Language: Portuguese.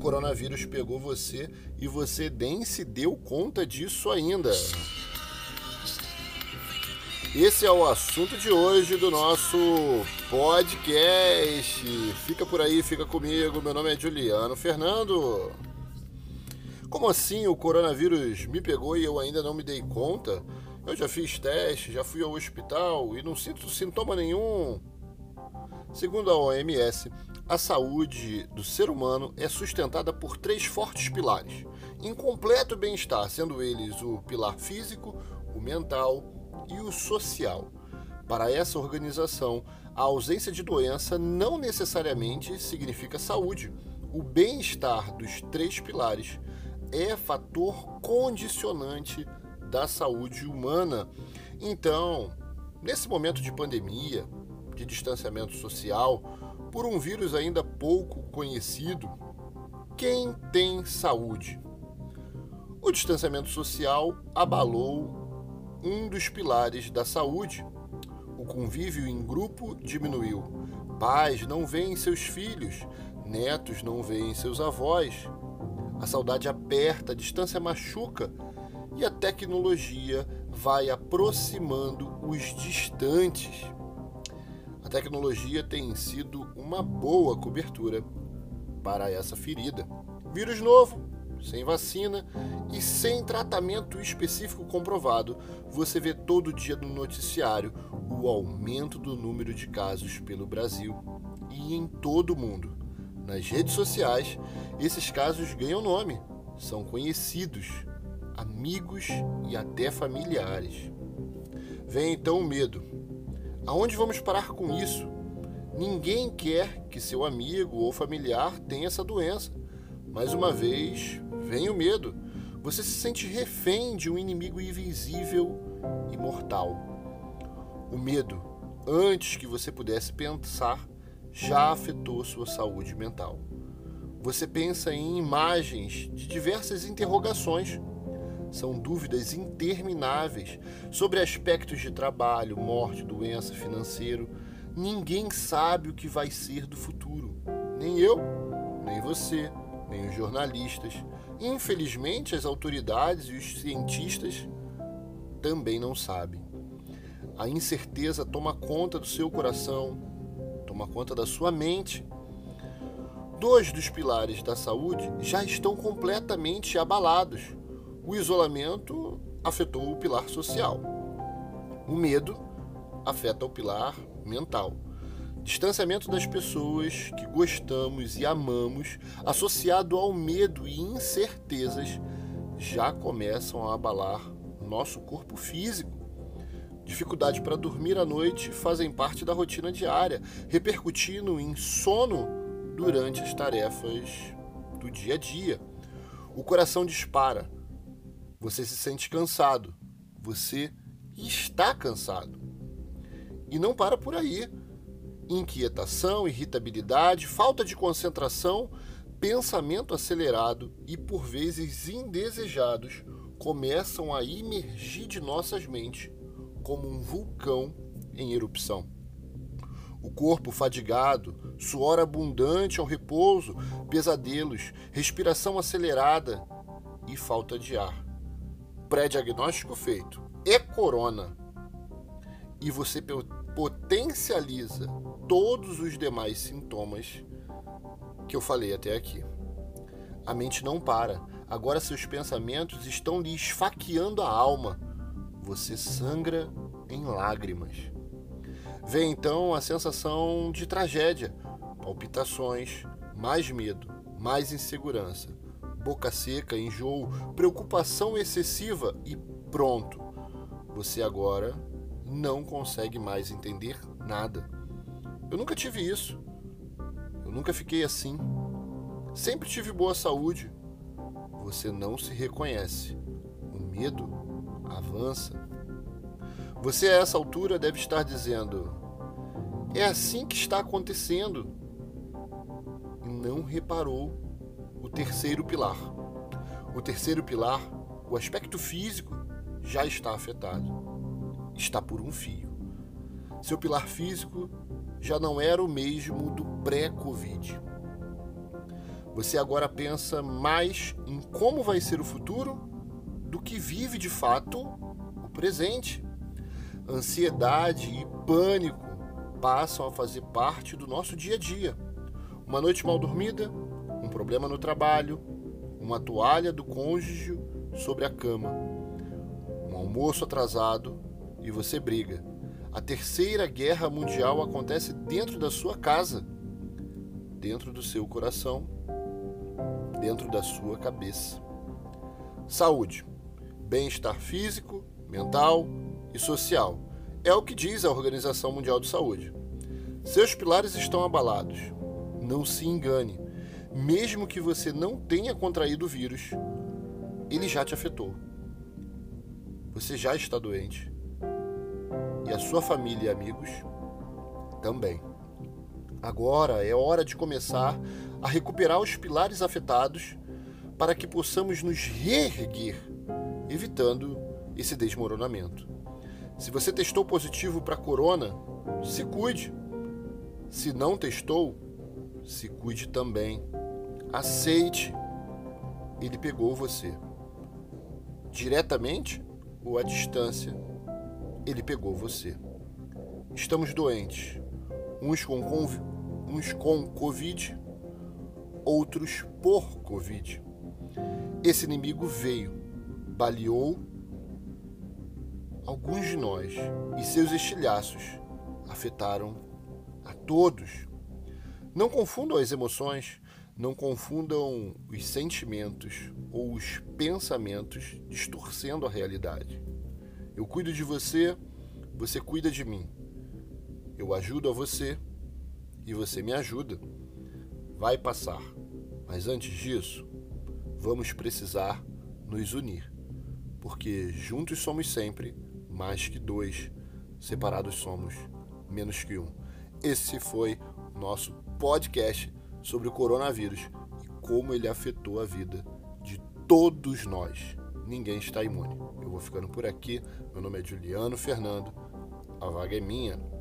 coronavírus pegou você e você nem se deu conta disso ainda. Esse é o assunto de hoje do nosso podcast. Fica por aí, fica comigo. Meu nome é Juliano Fernando. Como assim o coronavírus me pegou e eu ainda não me dei conta? Eu já fiz teste, já fui ao hospital e não sinto sintoma nenhum. Segundo a OMS, a saúde do ser humano é sustentada por 3 fortes pilares, em completo bem-estar, sendo eles o pilar físico, o mental e o social. Para essa organização, a ausência de doença não necessariamente significa saúde. O bem-estar dos 3 pilares é fator condicionante da saúde humana. Então, nesse momento de pandemia, de distanciamento social, por um vírus ainda pouco conhecido, quem tem saúde? O distanciamento social abalou um dos pilares da saúde. O convívio em grupo diminuiu. Pais não veem seus filhos, netos não veem seus avós. A saudade aperta, a distância machuca e a tecnologia vai aproximando os distantes. A tecnologia tem sido uma boa cobertura para essa ferida. Vírus novo, sem vacina e sem tratamento específico comprovado, você vê todo dia no noticiário o aumento do número de casos pelo Brasil e em todo o mundo. Nas redes sociais, esses casos ganham nome, são conhecidos, amigos e até familiares. Vem então o medo. Aonde vamos parar com isso? Ninguém quer que seu amigo ou familiar tenha essa doença. Mais uma vez, vem o medo. Você se sente refém de um inimigo invisível e mortal. O medo, antes que você pudesse pensar, já afetou sua saúde mental. Você pensa em imagens de diversas interrogações. São dúvidas intermináveis sobre aspectos de trabalho, morte, doença, financeiro. Ninguém sabe o que vai ser do futuro. Nem eu, nem você, nem os jornalistas. Infelizmente, as autoridades e os cientistas também não sabem. A incerteza toma conta do seu coração, toma conta da sua mente. 2 dos pilares da saúde já estão completamente abalados. O isolamento afetou o pilar social. O medo afeta o pilar mental. Distanciamento das pessoas que gostamos e amamos, associado ao medo e incertezas, já começam a abalar nosso corpo físico. Dificuldade para dormir à noite fazem parte da rotina diária, repercutindo em sono durante as tarefas do dia a dia. O coração dispara. Você se sente cansado. Você está cansado. E não para por aí. Inquietação, irritabilidade, falta de concentração, pensamento acelerado e, por vezes indesejados, começam a emergir de nossas mentes como um vulcão em erupção. O corpo fadigado, suor abundante ao repouso, pesadelos, respiração acelerada e falta de ar. Pré-diagnóstico feito. É corona. E você potencializa todos os demais sintomas que eu falei até aqui. A mente não para. Agora seus pensamentos estão lhe esfaqueando a alma. Você sangra em lágrimas. Vem então a sensação de tragédia, palpitações, mais medo, mais insegurança, boca seca, enjoo, preocupação excessiva e pronto. Você agora não consegue mais entender nada. Eu nunca tive isso. Eu nunca fiquei assim. Sempre tive boa saúde. Você não se reconhece. O medo avança. Você a essa altura deve estar dizendo: é assim que está acontecendo. E não reparou o terceiro pilar. O terceiro pilar, o aspecto físico, já está afetado. Está por um fio. Seu pilar físico já não era o mesmo do pré-Covid. Você agora pensa mais em como vai ser o futuro do que vive de fato o presente. Ansiedade e pânico passam a fazer parte do nosso dia a dia. Uma noite mal dormida, um problema no trabalho, uma toalha do cônjuge sobre a cama, um almoço atrasado e você briga. A Terceira Guerra Mundial acontece dentro da sua casa, dentro do seu coração, dentro da sua cabeça. Saúde, bem-estar físico, mental e social. É o que diz a Organização Mundial de Saúde. Seus pilares estão abalados. Não se engane. Mesmo que você não tenha contraído o vírus, ele já te afetou. Você já está doente. E a sua família e amigos também. Agora é hora de começar a recuperar os pilares afetados para que possamos nos reerguer, evitando esse desmoronamento. Se você testou positivo para corona, se cuide. Se não testou, se cuide também. Aceite. Ele pegou você. Diretamente ou à distância, ele pegou você. Estamos doentes. Uns com Covid, outros por Covid. Esse inimigo veio, baleou alguns de nós e seus estilhaços afetaram a todos. Não confundam as emoções, não confundam os sentimentos ou os pensamentos distorcendo a realidade. Eu cuido de você, você cuida de mim. Eu ajudo a você e você me ajuda. Vai passar, mas antes disso, vamos precisar nos unir, porque juntos somos sempre mais que dois, separados somos menos que um. Esse foi o nosso podcast sobre o coronavírus e como ele afetou a vida de todos nós. Ninguém está imune. Eu vou ficando por aqui. Meu nome é Juliano Fernando. A vaga é minha.